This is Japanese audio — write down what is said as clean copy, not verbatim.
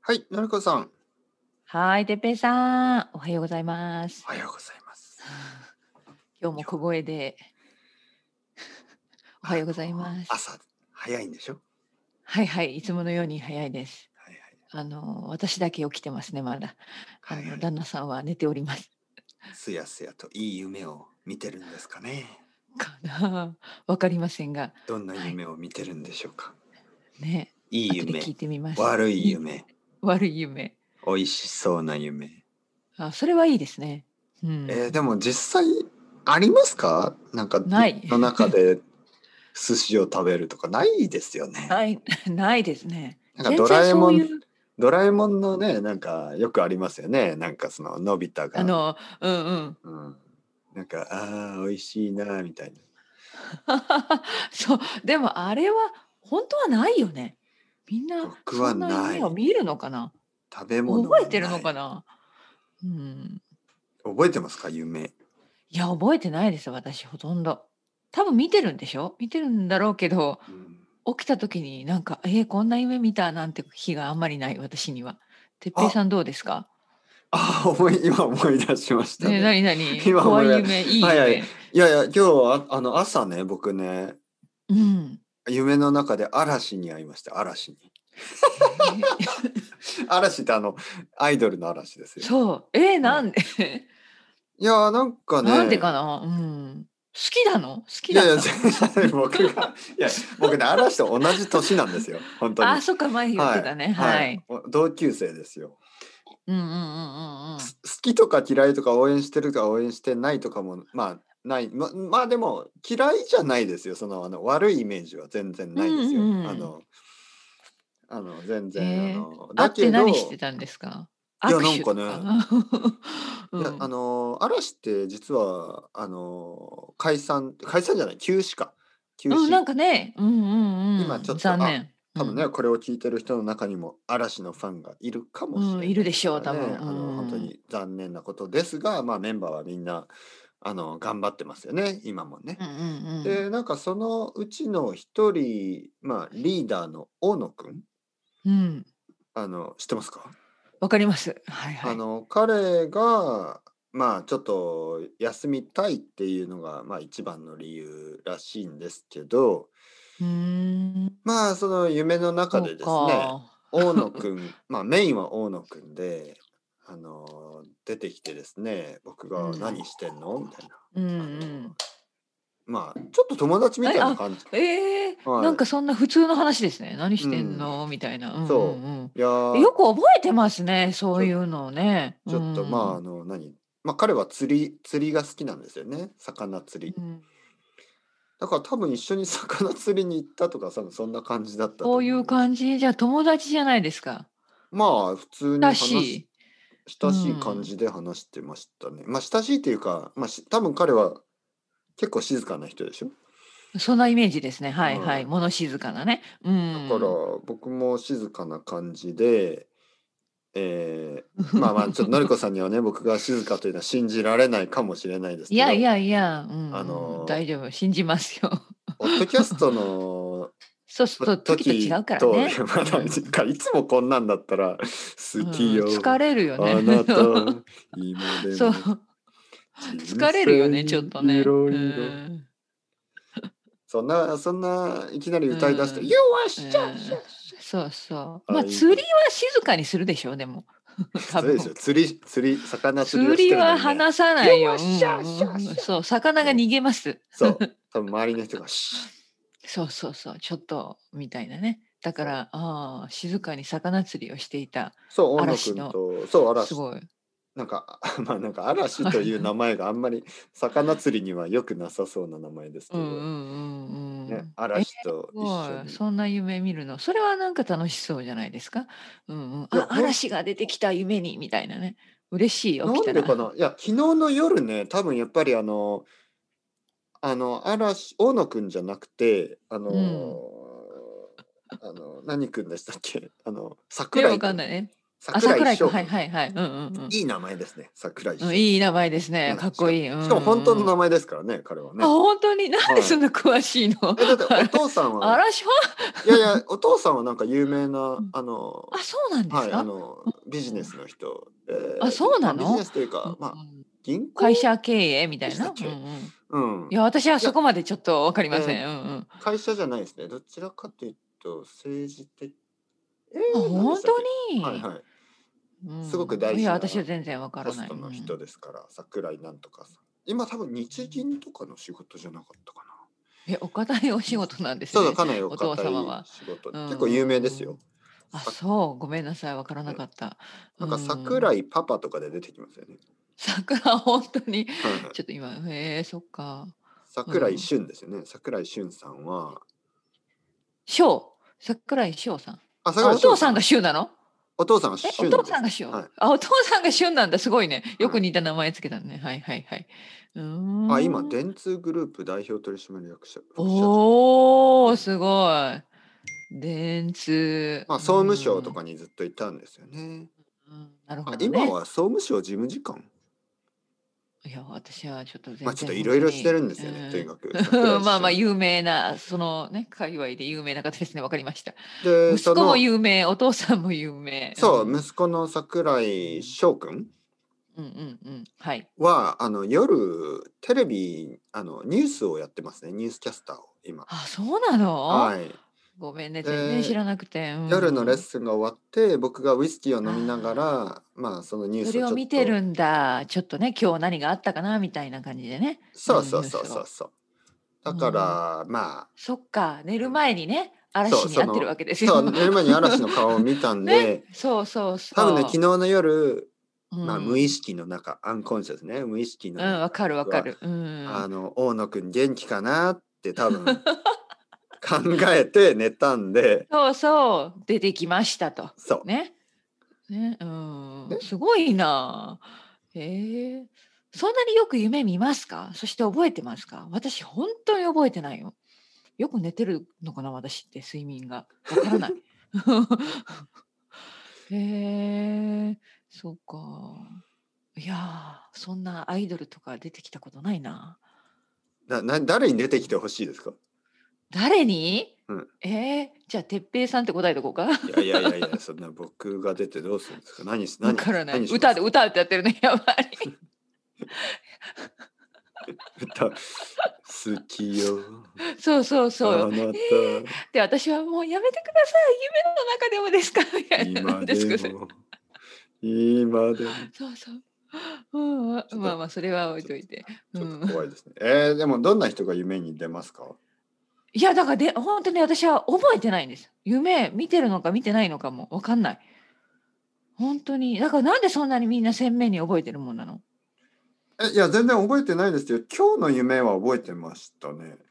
はい、のりこさん、 はい、てっぺいさん、おはようございます。 おはようございます。 今日も小今日、 声でおはようございます。 朝早いんでしょ？ はいはい、いつものように早いです。 はいはい。 私だけ起きてますね、まだ。 はいはい。 旦那さんは寝ております。 すやすやといい夢を見てるんですかね。 かな。わかりませんが、 どんなはい。 夢を見てるんでしょうか。 ね、 いい夢、 後で聞いてみます。 悪いいい夢、 悪い夢。 美味しそうな夢。 あ、それはいいですね。うん。 でも実際ありますか？なんかない。 夢の中で寿司を食べるとかないですよね。 ない、ないですね。 なんかド全然ラえもん、 そういうドラえもんのね、なんかよくありますよね。なんかそののび太がうんうん。 うん。なんか、ああ、美味しいなみたいな。 そう、でもあれは本当はないよね。みんな僕はそんなない。 夢を見るのかな？ 食べ物覚えてるはない。 のかな？うん。 覚えてますか？夢。 いや、覚えてないです、私ほとんど。多分見てるんでしょ？見てるんだろうけど、 うん。 起きた時になんか、こんな夢見たなんて日があんまりない、私には。てっぺいあ、 さんどうですか？ 今思い出しましたね、 ね。 なになに？ 今思い出怖い夢、いいはいはい。 夢。 いやいや、今日は朝ね、僕ね、 うん。 夢の中で嵐に会いました、嵐に。 へえ。 嵐ってアイドルの嵐ですよ。 そう。 はい。 なんで？ いや、なんかなんでかね、 な？うん。好きなの？好きいやいや、 だったの？ 僕ね、嵐と同じ年なんですよ、本当あ、 に。 そっか、前言っはい、 てたね。 はい。 はい。 同級生ですよ。 うんうんうんうんうん。 好きとか嫌いとか応援してるとか応援してないとかも、まあ、ない。まあ、でも、嫌いじゃないですよ。悪いイメージは全然うんないですよ。 うん。 全然、 へえ。会だってけど、 何してたんですか？ いや、 握なんかね、 手とか？ういや、 ん。 嵐って実は、解散じゃない、休止か。休うん、な止。 んかね、うんうんうん。 今ちょっと、 残念。うん。 多分ね、これを聞いてる人の中にも嵐のファンがいるかもしうん、 れないですいるでしょう、多分。 からね。 う本当ん。 に残念なことですが、まあ、メンバーはみんな、頑張ってますよね、今もね。 うんうんうん。 で、なんかそのうちの一人、まあ、リーダーの大野くん、 うん。 知ってますか？ わかります。はいはい。 彼が、まあ、ちょっと休みたいっていうのが、まあ、一番の理由らしいんですけど、 うーん。 まあ、その夢の中そうでですね、 か。 大野くん、まあ、メインは大野くんで、出てきてですね、僕うん。 が「何してんの？」みたいな。 うんうあの、 ん。 まあ、ちょっと友達みたいな感じ。 なんはい。 かそんな普通の話ですね。「何してんうん。 の？」みたいな。うんうんそうん。 う。いやー、 よく覚えてますね、そうちょいうのをね。うちょっと、まあ、 ん。 まあ、彼は釣りが好きなんですよね、魚釣り。 うん。 だから多分一緒に魚釣りに行ったとか、そんな感じだったとそういう思います。 感じ、じゃあ友達じゃないですか。 まあ、普通に親しい。う親しい感ん。 じで話してましたね。まあ、親しいっていうか、まあ、多分彼は結構静かな人でしょ？ そんなイメージですね。はいはい。 はい。 物静かなね。うだからん。 僕も静かな感じで、まあまあ、ちょっとのりこさんにはね、僕が静かというのは信じられないかもしれないですけど、 いやいやいや、うんあうん、 の、 大丈夫、信じますよ。 ポッドキャストのそうすると時と違うからいね。 や、まだ、 うん。 いつもこんなんだったら、好きうん、疲よ、 れるよね。 あなた、今でそう。 も、人疲れるよね、ちょっ生とね。ういろいろ。 ん。 そんないきなりう歌い出して、 ん。 You are う just ん。そうそう。まあ、釣り愛がは静かにするでしょう、でも。多そうですよ。 分。 魚釣りをして釣りはるのにね、 話さな You い are よ。う just ん。そう、魚がね、 逃げます。 そう、多分周りの人が、 そうそうそう、ちょっとみたいなね。だかそう、 ら、ああ、静かに魚釣りをしていたそう、大野くん嵐のと、そう、嵐。 すごい。 なんか、まあ、なんか嵐という名前があんまり魚釣りには良くなさそうな名前ですうんうけど、 んうんうね、 ん。 嵐すと一緒ごい、 に。 そんな夢見るの。それはなんか楽しそうじゃないですか。うんうん。 いや、 あ、嵐が出てきた夢にみたいなね。嬉しい、起きたら。 なんでかな。いや、昨日の夜ね、多分やっぱり大野くんじゃなくて、 うん。 何くんでしたっけ？桜井くん。 わかんないね。 桜井桜井くん、 翔くん。 はいはいはい。うんうんいい名前ですね、桜井うん。うん、 翔。 いい名前ですね。 うん、 かっこいい。うんしかも本当うん。 の名前ですからね、彼はあ、 ね。 本当に、なんではい。 そんな詳しいの？ だってお父さんは、 嵐フいやいや、お父さんはなんか有名な、 ァン？うん。あ、そうなんですはい、 か？ ビジうん。 ネスの人、 あ、そうまあ、ビジなの？ ネスというか、 うんまあ、 うん。 銀行会社経営みたいな？うんうでしたっけ？ ん。 うん。 いや、私はいや、 そこまでちょっと分かりませえん。うんうん。 会社じゃないですね。どちらかというと政治的、 あ、 何で本当したっけ？はいに？ はい。 うすごくん。いや、 大事な私は全然分からない。 ポストのうん。 人ですから、桜井なんとかさん。今多分日銀とかの仕事じゃなかったかな。 え、お堅いお仕事なんですそうそう、 ね。 かなりおお父堅い様は。 仕事。 うん結構有名ですよ。 うんうん。あ、 さそう、ごめんなさい、分からなね、 かった。うなんか桜ん。 井パパとかで出てきますよね。 桜、本当に、 はいはい。 ちょっと今、へえ、そっか。う桜井ん。 俊ですよね。桜井俊さんは、 翔、桜井翔さん。 あ、 あ、 桜井お父さんが翔さん、 翔なの？ お父さんはえ、お父俊です。 さんが翔？ はい。 あ、お父さんが俊なんだ、すごいね。よくはい。 似た名前つけたね。はいはいはい。うーあ、今、 ん。 電通グループ代表取締役副社長。 おお、 はい。 すごい。電通。 まあ、 う総務省とん。 かにずっといたんですよね。 うん、なるあ、 ほどね。 今は総務省事務次官。 いや、私はちょっとまあ、ちょっと全然いろいろして本当に、 るんですよね。とにうん。 かく桜井まあまあ俊。 有名な、そのね、界隈で有名な方ですね。わかりました。 で、 息子も有名、お父さんも有名。うそう、 ん。 息子の桜井うん。 翔くんうんうんうん。はい。 は、夜、テレビ、ニュースをやってますね。ニュースキャスターを、今。 あ、そうなの？ はい。 ごめんね、全然知で、 らなくて。う夜のレッん。 スンが終わって、僕がウイスキーを飲みながああ、 ら、まあ、そのニュースをそれをちょっと、 見てるんだ。ちょっとね、今日何があったかなみたいな感じでね。うん、 そうそうそうニュースを。 そうそう。 うだかん。 ら、まあ、 そっか、寝るうん、 前にね、 そう、 嵐に会ってるわけですよ。 そう、寝る前に嵐の顔を見たんね、 で、 そうそう多分ね、昨そ日の夜、 う。うまあ、無意ん。 識の中、アンコンシャスね、無意識のうん、わ中、 かるわ僕は、 かる。うん。 大野くん元気かなって多分考えて寝たんで、 そうそう、出てきましたと。 そね。ね、うう。 ん、 で、 すごいな。へえ。そんなによく夢見ますか？そして覚えてますか？私本当に覚えてないよ。よく寝てるのかな、私って睡眠が。わからない。へえ、そうか。いやー、そんなアイドルとか出てきたことないな。 誰に出てきてほしいですか？ 誰に？ うん。 じゃあ、哲平さんって答えとこうか。 いやいやいやいや、そんな僕が出てどうするんですか？ わからない。歌で何しますか？ 歌ってやってるね、やっぱり。 歌、好きよ、 そうそうそう。 あなた、 で、私はもうやめてください。夢の中でもですか？みたいな。な今んですかそれ。 でも、今でも。 そうそう。うんうん。 ちょっと、 まあまあ、それは置いちょっと、 といて。うちょっとん。 怖いですね。でもどんな人が夢に出ますか？ いや、だからほんとに私は覚えてないんです。夢見てるのか見てないのかも分かんない。ほんとに。だからなんでそんなにみんな鮮明に覚えてるもんなの？ いや、全然覚えてないですよ。今日の夢は覚えてましたね。